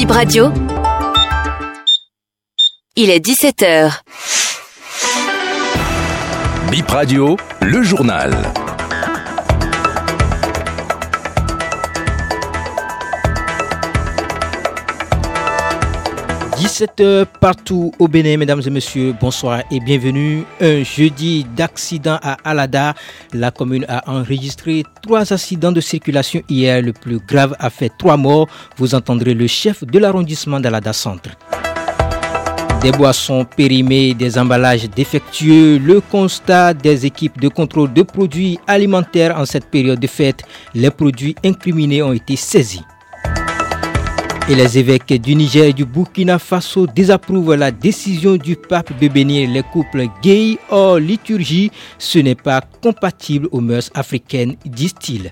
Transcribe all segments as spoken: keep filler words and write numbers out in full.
Bip Radio. Il est dix-sept heures. Bip Radio, le journal. dix-sept heures partout au Bénin, mesdames et messieurs, bonsoir et bienvenue. Un jeudi d'accident à Alada. La commune a enregistré trois accidents de circulation hier. Le plus grave a fait trois morts. Vous entendrez le chef de l'arrondissement d'Alada Centre. Des boissons périmées, des emballages défectueux, le constat des équipes de contrôle de produits alimentaires en cette période de fête. Les produits incriminés ont été saisis. Et les évêques du Niger et du Burkina Faso désapprouvent la décision du pape de bénir les couples gays hors liturgie. Ce n'est pas compatible aux mœurs africaines, disent-ils.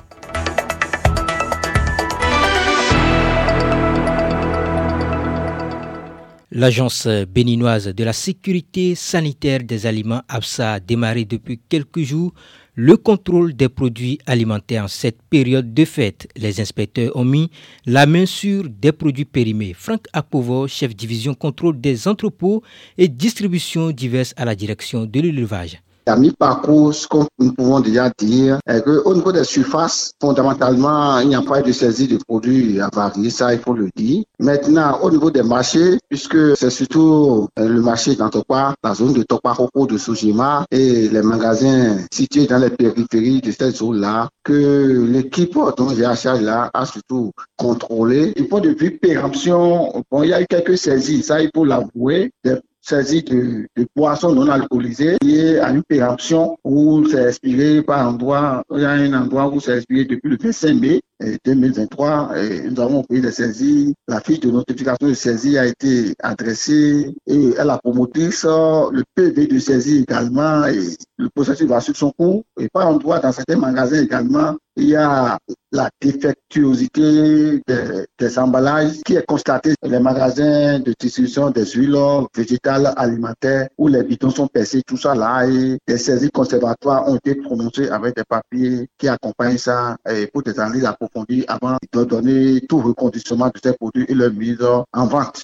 L'agence béninoise de la sécurité sanitaire des aliments A B S A a démarré depuis quelques jours le contrôle des produits alimentaires en cette période de fête. Les inspecteurs ont mis la main sur des produits périmés. Franck Apovo, chef division contrôle des entrepôts et distribution diverses à la direction de l'élevage. À mi-parcours, ce que nous pouvons déjà dire est qu'au niveau des surfaces, fondamentalement, il n'y a pas eu de saisie de produits avariés, ça il faut le dire. Maintenant, au niveau des marchés, puisque c'est surtout le marché d'Antokwa, la zone de Tokwa-Roko, de Sojima et les magasins situés dans les périphéries de cette zone-là, que l'équipe dont j'ai à charge là a surtout contrôlé. Et pour depuis péremption, bon, il y a eu quelques saisies, ça il faut l'avouer, des saisie de, de boissons non alcoolisées liées à une péremption où c'est expiré par endroit, il y a un endroit où c'est expiré depuis le vingt-cinq mai deux mille vingt-trois et nous avons pris des saisies. La fiche de notification de saisie a été adressée et à la promotrice, le P V de saisie également et le processus va suivre son cours. Et par endroit, dans certains magasins également, il y a la défectuosité des, des emballages qui est constatée dans les magasins de distribution des huiles végétales alimentaires où les bidons sont percés, tout ça là, et des saisies conservatoires ont été prononcées avec des papiers qui accompagnent ça et pour des analyses approfondies avant de donner tout reconditionnement de ces produits et leur mise en vente.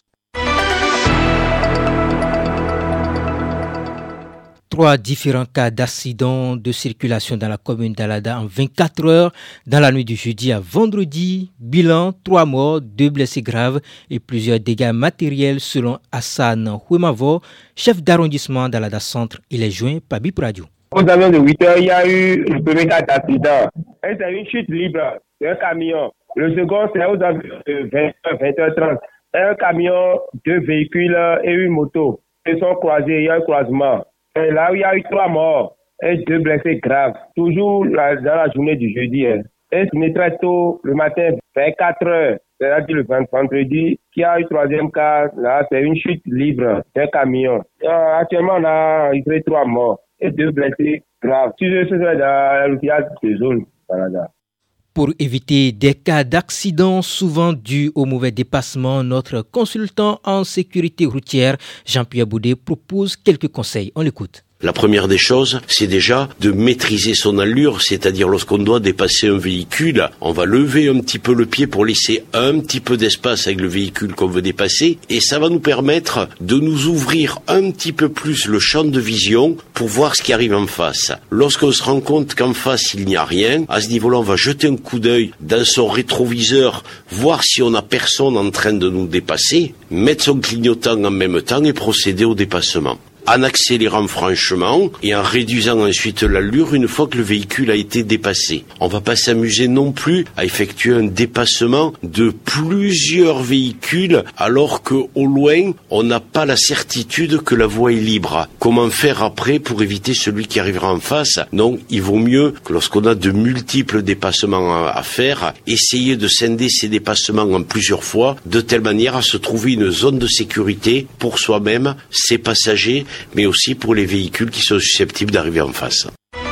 Trois différents cas d'accidents de circulation dans la commune d'Alada en vingt-quatre heures dans la nuit du jeudi à vendredi. Bilan, trois morts, deux blessés graves et plusieurs dégâts matériels selon Hassan Huemavo, chef d'arrondissement d'Alada Centre. Il est joint par Bip Radio. Aux avions de huit heures, il y a eu le premier cas d'accident. C'est une chute libre d'un camion. Le second, c'est aux avions de vingt heures, vingt heures trente. Un camion, deux véhicules et une moto. Ils sont croisés, il y a un croisement. Et là où il y a eu trois morts et deux blessés graves, toujours la, dans la journée du jeudi. Hein. Et c'est très tôt, le matin, vingt-quatre heures, c'est-à-dire le vendredi, qui a eu troisième cas, là, c'est une chute libre d'un camion. Euh, actuellement, on a eu trois morts et deux blessés graves. Si je suis dans l'outillage de zone, Canada. Pour éviter des cas d'accident souvent dus au mauvais dépassement, notre consultant en sécurité routière, Jean-Pierre Boudet, propose quelques conseils. On l'écoute. La première des choses, c'est déjà de maîtriser son allure, c'est-à-dire lorsqu'on doit dépasser un véhicule, on va lever un petit peu le pied pour laisser un petit peu d'espace avec le véhicule qu'on veut dépasser, et ça va nous permettre de nous ouvrir un petit peu plus le champ de vision pour voir ce qui arrive en face. Lorsqu'on se rend compte qu'en face il n'y a rien, à ce niveau-là on va jeter un coup d'œil dans son rétroviseur, voir si on n'a personne en train de nous dépasser, mettre son clignotant en même temps et procéder au dépassement. En accélérant franchement et en réduisant ensuite l'allure une fois que le véhicule a été dépassé. On va pas s'amuser non plus à effectuer un dépassement de plusieurs véhicules alors que au loin, on n'a pas la certitude que la voie est libre. Comment faire après pour éviter celui qui arrivera en face? Non, il vaut mieux que lorsqu'on a de multiples dépassements à faire, essayer de scinder ces dépassements en plusieurs fois de telle manière à se trouver une zone de sécurité pour soi-même, ses passagers, mais aussi pour les véhicules qui sont susceptibles d'arriver en face.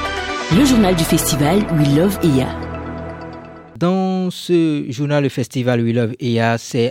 Le journal du festival We Love E A. Dans ce journal, le festival We Love E A, c'est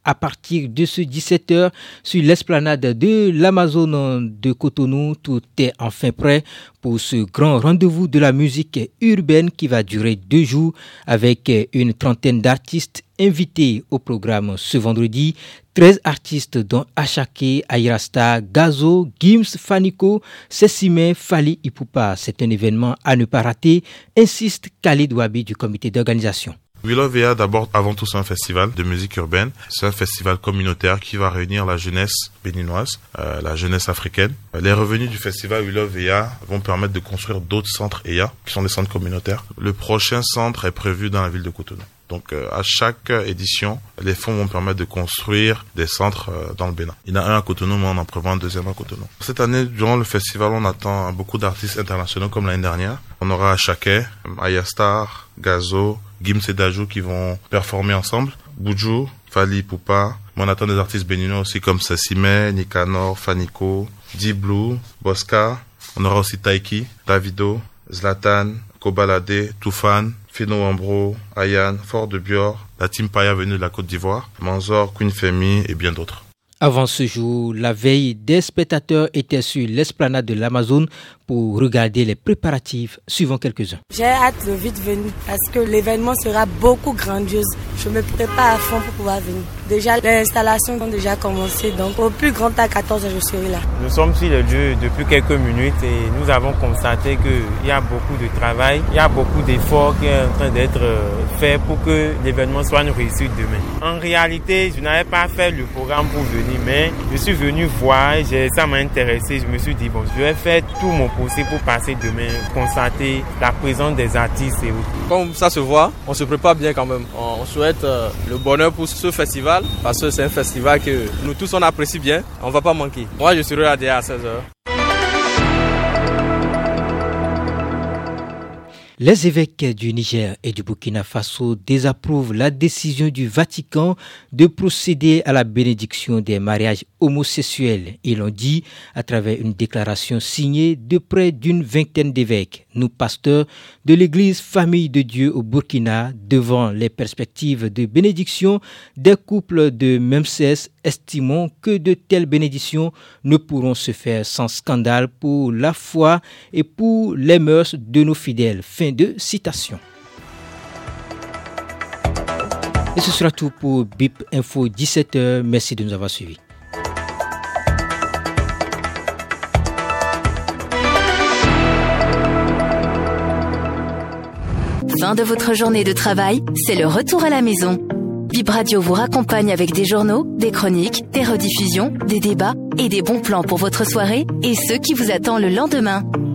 à partir de ce dix-sept heures sur l'esplanade de l'Amazone de Cotonou. Tout est enfin prêt pour ce grand rendez-vous de la musique urbaine qui va durer deux jours avec une trentaine d'artistes invités au programme ce vendredi. treize artistes dont Achake, Ayrasta, Gazo, Gims, Faniko, Sessime, Fali Ipupa. C'est un événement à ne pas rater, insiste Khalid Wabi du comité d'organisation. We Love V A, d'abord, avant tout, c'est un festival de musique urbaine. C'est un festival communautaire qui va réunir la jeunesse béninoise, euh, la jeunesse africaine. Les revenus du festival We Love V A vont permettre de construire d'autres centres E A, qui sont des centres communautaires. Le prochain centre est prévu dans la ville de Cotonou. Donc, euh, à chaque édition, les fonds vont permettre de construire des centres euh, dans le Bénin. Il y en a un à Cotonou, mais on en prévoit un deuxième à Cotonou. Cette année, durant le festival, on attend beaucoup d'artistes internationaux comme l'année dernière. On aura Achake, Ayastar, Gazo, Gims et Dajou qui vont performer ensemble. Boudjou, Fali Ipupa. Mais on attend des artistes béninois aussi comme Sessime, Nicanor, Faniko, D-Blue, Bosca. On aura aussi Taiki, Davido, Zlatan, Kobalade, Toufan, Fino Ambro, Ayan, Fort de Bior, la Team Paya venue de la Côte d'Ivoire, Manzor, Queen Femi et bien d'autres. Avant ce jour, la veille, des spectateurs étaient sur l'esplanade de l'Amazone pour regarder les préparatifs, suivant quelques-uns. J'ai hâte de vite venir parce que l'événement sera beaucoup grandiose. Je me prépare à fond pour pouvoir venir. Déjà, les installations ont déjà commencé, donc au plus grand à quatorze heures, je serai là. Nous sommes sur le lieu depuis quelques minutes et nous avons constaté qu'il y a beaucoup de travail, il y a beaucoup d'efforts qui sont en train d'être faits pour que l'événement soit une réussite demain. En réalité, je n'avais pas fait le programme pour venir, mais je suis venu voir et ça m'a intéressé. Je me suis dit, bon, je vais faire tout mon possible pour passer demain, constater la présence des artistes et autres. Comme ça se voit, on se prépare bien quand même. On souhaite euh, le bonheur pour ce festival parce que c'est un festival que nous tous on apprécie bien. On ne va pas manquer. Moi, je serai là déjà à seize heures. Les évêques du Niger et du Burkina Faso désapprouvent la décision du Vatican de procéder à la bénédiction des mariages homosexuels. Ils l'ont dit à travers une déclaration signée de près d'une vingtaine d'évêques. Nous, pasteurs de l'église Famille de Dieu au Burkina, devant les perspectives de bénédiction des couples de même sexe, estimons que de telles bénédictions ne pourront se faire sans scandale pour la foi et pour les mœurs de nos fidèles. Fin de citation. Et ce sera tout pour B I P Info dix-sept heures. Merci de nous avoir suivis. Fin de votre journée de travail, c'est le retour à la maison. B I P Radio vous raccompagne avec des journaux, des chroniques, des rediffusions, des débats et des bons plans pour votre soirée et ceux qui vous attendent le lendemain.